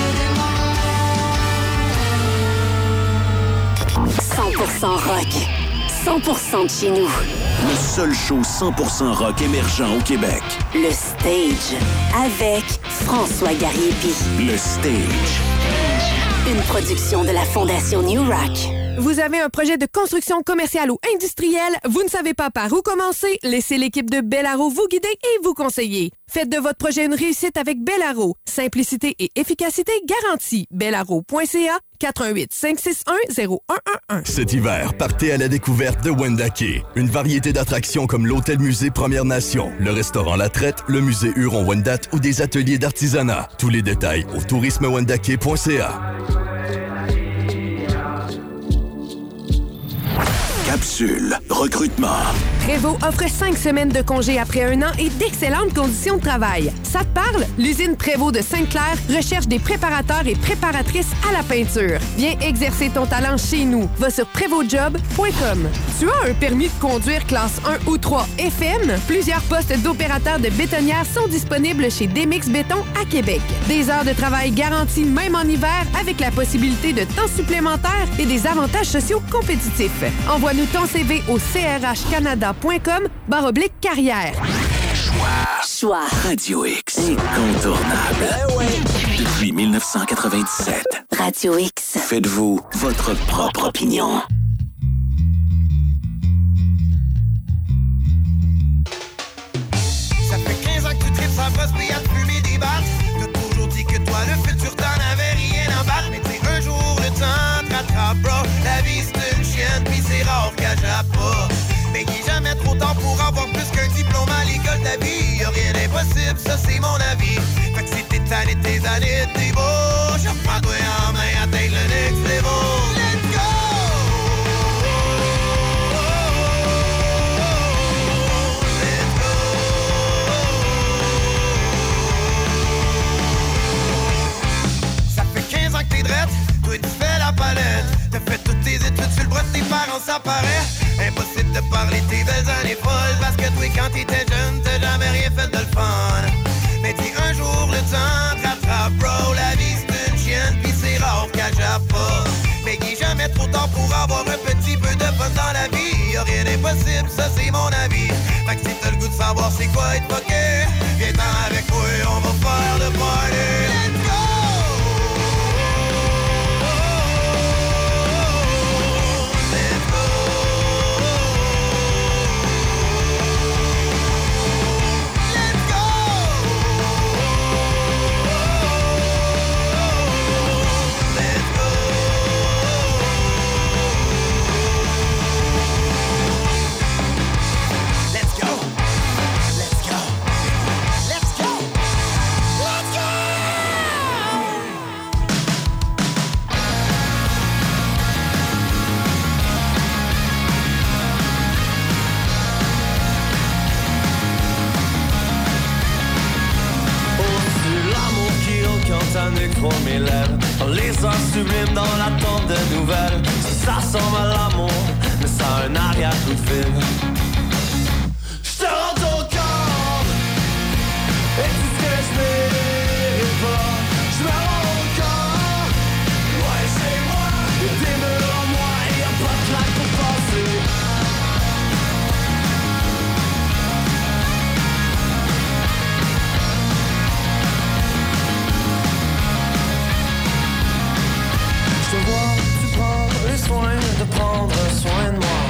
démons. 100% rock. 100% de chez nous. Le seul show 100% rock émergent au Québec. Le Stage. Avec François Gariepi. Le Stage. Une production de la Fondation New Rock. Vous avez un projet de construction commerciale ou industrielle, vous ne savez pas par où commencer? Laissez l'équipe de Bellaro vous guider et vous conseiller. Faites de votre projet une réussite avec Bellaro. Simplicité et efficacité garantie. Bellaro.ca 418-561-0111. Cet hiver, partez à la découverte de Wendake. Une variété d'attractions comme l'Hôtel-Musée Première Nation, le restaurant La Traite, le musée Huron-Wendat ou des ateliers d'artisanat. Tous les détails au tourismewendake.ca. Capsule. Recrutement. Prévost offre 5 semaines de congé après 1 an et d'excellentes conditions de travail. Ça te parle? L'usine Prévost de Sainte-Claire recherche des préparateurs et préparatrices à la peinture. Viens exercer ton talent chez nous. Va sur prévostjob.com. Tu as un permis de conduire classe 1 ou 3 FM? Plusieurs postes d'opérateurs de bétonnières sont disponibles chez Demix Béton à Québec. Des heures de travail garanties même en hiver avec la possibilité de temps supplémentaire et des avantages sociaux compétitifs. Envoie-nous ton CV au crhcanada.com/carrière. Choix. Radio X. Incontournable. Depuis 1997. Radio X. Faites-vous votre propre opinion. Ça fait 15 ans que tu tripes sans poste puis à te fumer des battes. T'as toujours dit que toi, le futur, t'en avais rien à battre. Mais t'sais, un jour, le temps te rattrape, bro. La vie, c'est une chienne puis c'est rare qu'elle jappe pas. Mais il est jamais trop tard pour avoir plus qu'un diplôme à l'école de la vie. Y'a rien d'impossible, ça c'est mon avis. Fait que si t'es tanné tes années, t'es beau. Je prends-toi en main, atteindre le next level. Let's go! Let's go! Ça fait 15 ans que t'es drette, toi tu fais la palette. T'as fait toutes tes études sur le bras de tes parents, ça paraît. Impossible de parler tes belles années folles. Parce que toi quand t'étais jeune, t'as jamais rien fait de le fun. Mais dis un jour le temps te rattrape, bro. La vie c'est une chienne pis c'est rare qu'elle jappe pas. Mais il est jamais trop tard pour avoir un petit peu de fun dans la vie. Y'a rien d'impossible, ça c'est mon avis. Fait que si t'as le goût de savoir c'est quoi être fucké, viens-t'en avec moi, on va faire le party. Let's go! Ta nuque pour mes lèvres. Les heures sublimes dans l'attente de nouvelles. Ça ressemble à l'amour, mais ça a un arrière-coup de fil. J'te rends ton corps, et tout ce que j'mérite pas. J'me rends au corps, ouais chez moi. Y'a des murs en moi et y'a pas de claque pour passer. Je vois, tu prends les soins de prendre soin de moi.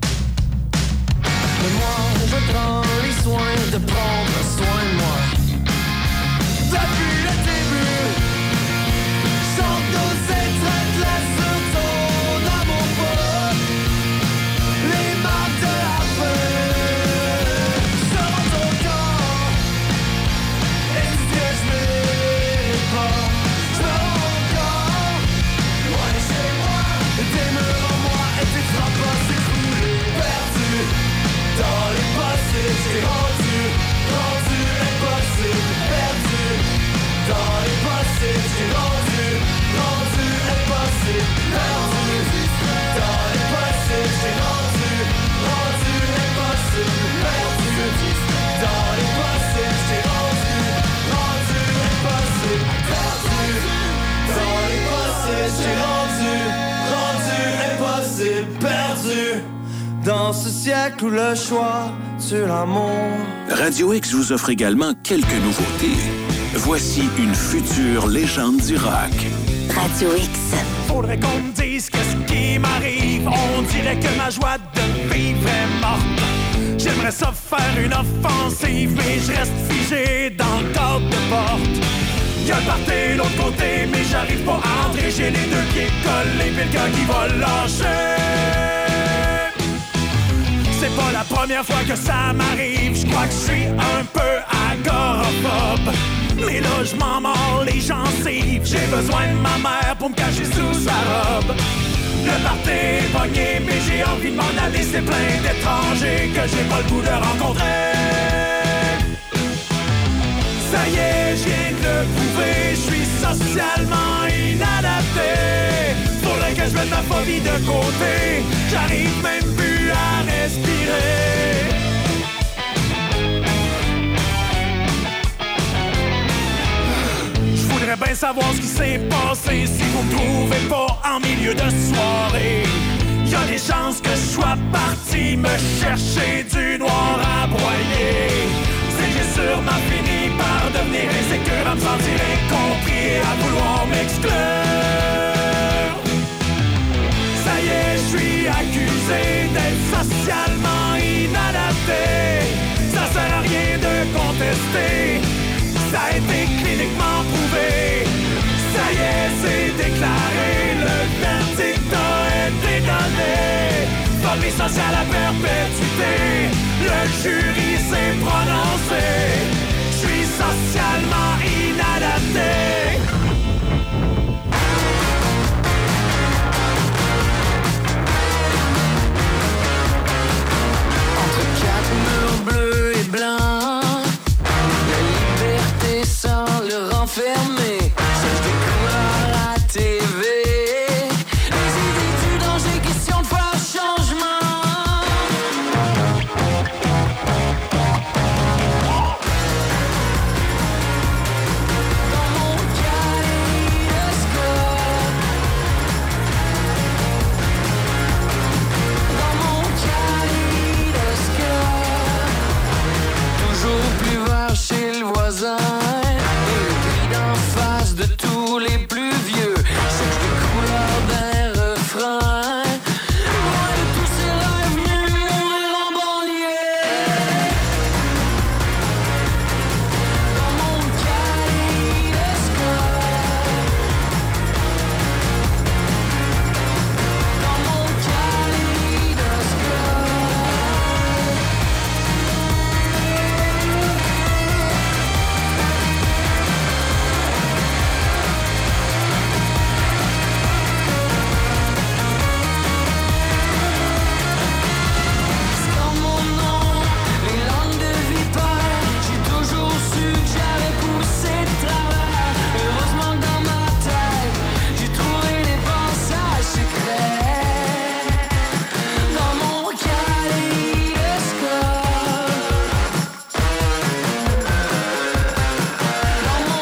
Mais moi, je prends les soins de prendre soin de moi. Depuis le début, chante nos étreintes, laisse ton amour pas. Les marques de la peur. Je rends ton corps, et tout ce que je mérite pas. Je me rends au corps. Ouais, chez moi, des murs en moi et tes frappes à s'écrouler. Perdu dans les passés, j'ai rendu impossible. Perdu dans les passés, j'ai rendu impossible. Perdu dans les passés, j'ai rendu impossible. Perdu dans les passés, j'ai rendu impossible. Perdu dans les passés, j'ai rendu impossible. Perdu dans ce siècle où le choix tue l'amour. Radio X vous offre également quelques nouveautés. Voici une future légende du rock. Radio X. Faudrait qu'on me dise qu'est-ce qui m'arrive. On dirait que ma joie de vivre est morte. J'aimerais ça faire une offensive, mais je reste figé dans le cadre de porte. Y'a le party l'autre côté, mais j'arrive pas à entrer. J'ai les deux pieds collés, pis le gars qui va lâcher. C'est pas la première fois que ça m'arrive. Je crois que je suis un peu agoraphobe. Mais là je m'en mords les gencives. J'ai besoin de ma mère pour me cacher sous sa robe. Le party est pogné, mais j'ai envie puis de m'en aller, c'est plein d'étrangers que j'ai pas le goût de rencontrer. Ça y est, je viens de le prouver, je suis socialement inadapté. Faudrait que je mette ma phobie de côté, j'arrive même plus à respirer. Je voudrais bien savoir ce qui s'est passé si vous me trouvez pas en milieu de soirée. Y'a des chances que je sois parti me chercher du noir à broyer. C'est que j'ai sûrement fini par devenir insécure, à me sentir incompris et à vouloir m'exclure. Ça y est, je suis accusé d'être socialement inadapté. Ça sert à rien de contester, ça a été cliniquement prouvé. Ça y est, c'est déclaré, le verdict a été donné. Phobie sociale à perpétuité, le jury s'est prononcé. Je suis socialement inadapté. Entre quatre murs bleus et blancs, la liberté sans le renfermer. Cherche des couleurs à TV, les idées du danger, question de faire changement. Dans mon kaléidoscope, dans mon kaléidoscope, toujours plus vers chez le voisin. Et le cri d'en face de tous les plus vieux. Cherche des couleurs d'un refrain. Loin de tous ces rêves, nul mourir en banlieue. Dans mon kaléidoscope, dans mon kaléidoscope. Dans mon nom, les langues de vipère, j'ai toujours su que j'avais poussé de travers. Heureusement que dans ma tête, j'ai trouvé des passages secrets. Dans mon kaléidoscope, dans mon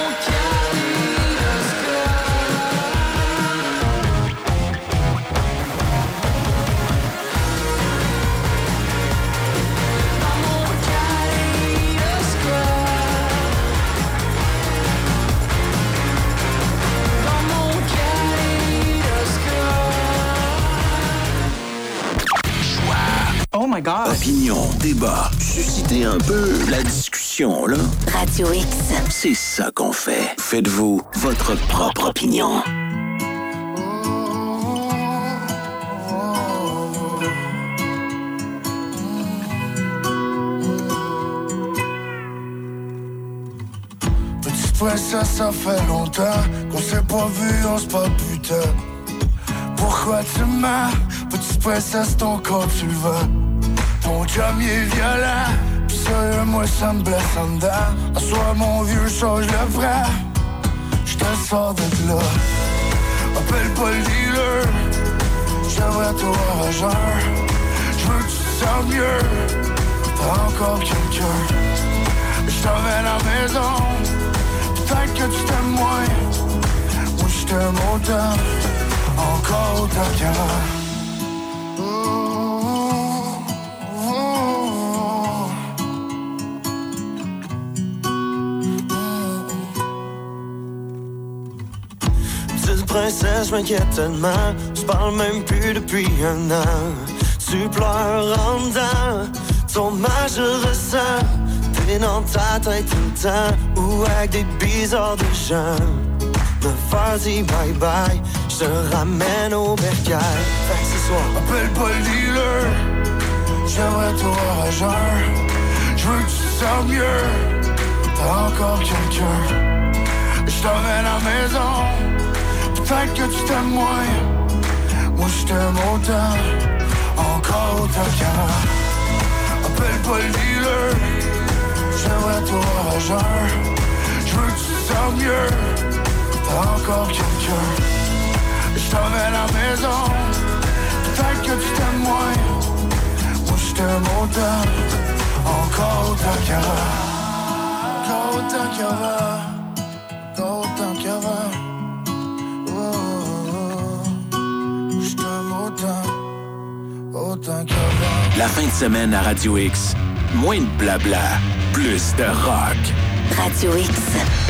Oh my God. Opinion, débat, susciter un peu la discussion, là. Radio X. C'est ça qu'on fait. Faites-vous votre propre opinion. Petite princesse, ça fait longtemps qu'on s'est pas vu, on se parle putain. Pourquoi tu mens? Petite princesse, ton corps tu le vends. Ton chum il est violent, pis sérieux moi ça me blesse en dedans. Un soir mon vieux change le vrai, j'te sors de là. Appelle pas le dealer, j'aimerais te voir à jeun. J'veux que tu te sens mieux, t'as encore quelqu'un. J't'emmène à la maison, peut-être que tu t'aimes moins. Moi j't'aime autant, encore autant qu'avant. Petite princesse, je m'inquiète tellement. Je parle même plus depuis un an. Tu pleures en dedans, ton mal je ressens. T'es dans ta tête tout le temps, ou avec des bizarres de gens. Me vas-y bye bye, je te ramène au bercail. Fait que ce soir, appelle pas le dealer, j'aimerais te voir à jeun. J'veux que tu te sens mieux, t'as encore quelqu'un. J't'emmène à la maison, peut-être que tu t'aimes moins. Moi j't'aime autant, encore Takara. Appelle pas le dealer, j'aimerais te voir à jeun. J'veux que tu sors mieux, t'as encore quelqu'un. J't'emmène à la maison, peut-être que tu t'aimes moins. Moi j't'aime autant, encore Takara. Encore autant qu'avant, encore autant qu'avant. La fin de semaine à Radio X, moins de blabla, plus de rock. Radio X.